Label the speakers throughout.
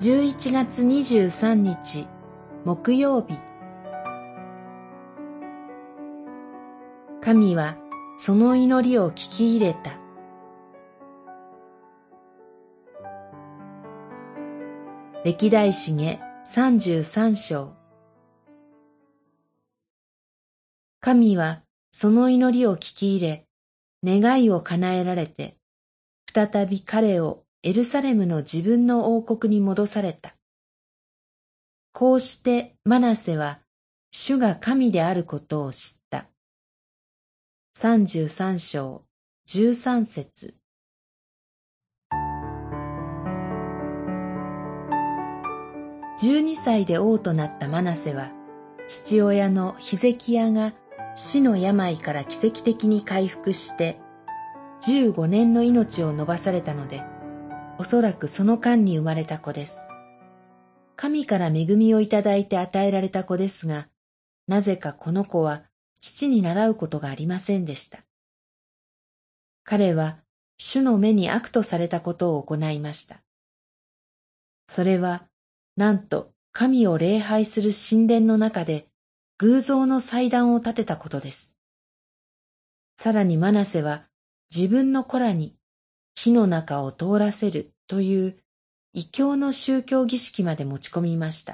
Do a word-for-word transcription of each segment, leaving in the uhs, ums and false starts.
Speaker 1: じゅういちがつにじゅうさんにち木曜日。神はその祈りを聞き入れた。歴代史下さんじゅうさんしょう。神はその祈りを聞き入れ、願いを叶えられて、再び彼をエルサレムの自分の王国に戻された。こうしてマナセは主が神であることを知った。さんじゅうさんしょうじゅうさんせつ。じゅうにさいで王となったマナセは、父親のヒゼキヤが死の病から奇跡的に回復して、じゅうごねんの命を延ばされたので、おそらくその間に生まれた子です。神から恵みをいただいて与えられた子ですが、なぜかこの子は父に倣うことがありませんでした。彼は主の目に悪とされたことを行いました。それは、なんと神を礼拝する神殿の中で偶像の祭壇を建てたことです。さらにマナセは自分の子らに火の中を通らせるという異教の宗教儀式まで持ち込みました。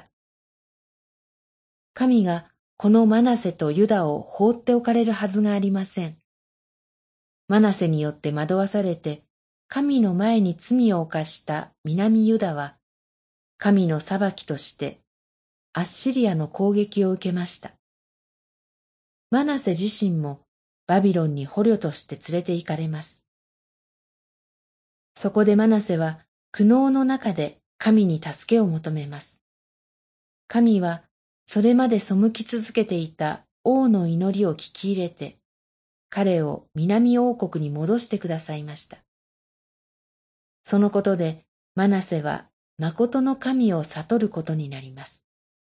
Speaker 1: 神がこのマナセとユダを放っておかれるはずがありません。マナセによって惑わされて神の前に罪を犯した南ユダは、神の裁きとしてアッシリアの攻撃を受けました。マナセ自身もバビロンに捕虜として連れて行かれます。そこでマナセは苦悩の中で神に助けを求めます。神はそれまで背き続けていた王の祈りを聞き入れて、彼を南王国に戻してくださいました。そのことでマナセは誠の神を悟ることになります。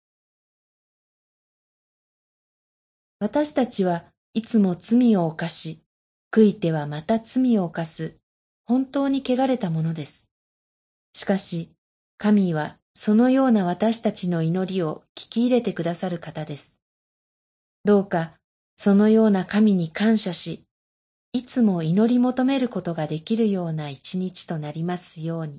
Speaker 1: 私たちはいつも罪を犯し、悔いてはまた罪を犯す、本当に汚れたものです。しかし、神はそのような私たちの祈りを聞き入れてくださる方です。どうか、そのような神に感謝し、いつも祈り求めることができるような一日となりますように。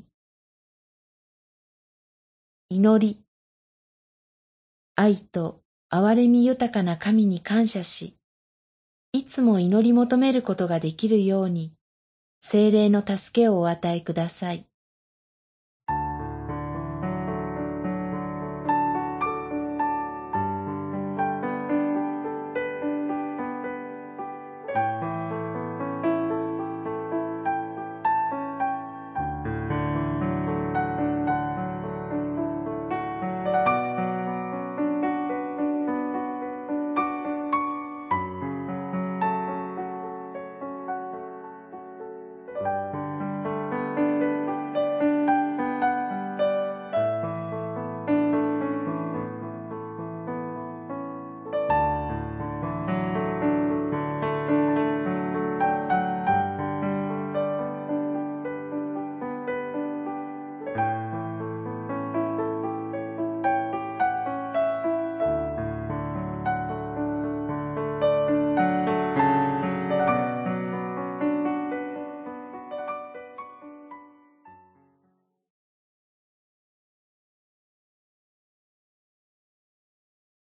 Speaker 1: 祈り。愛と憐れみ豊かな神に感謝し、いつも祈り求めることができるように、聖霊の助けをお与えください。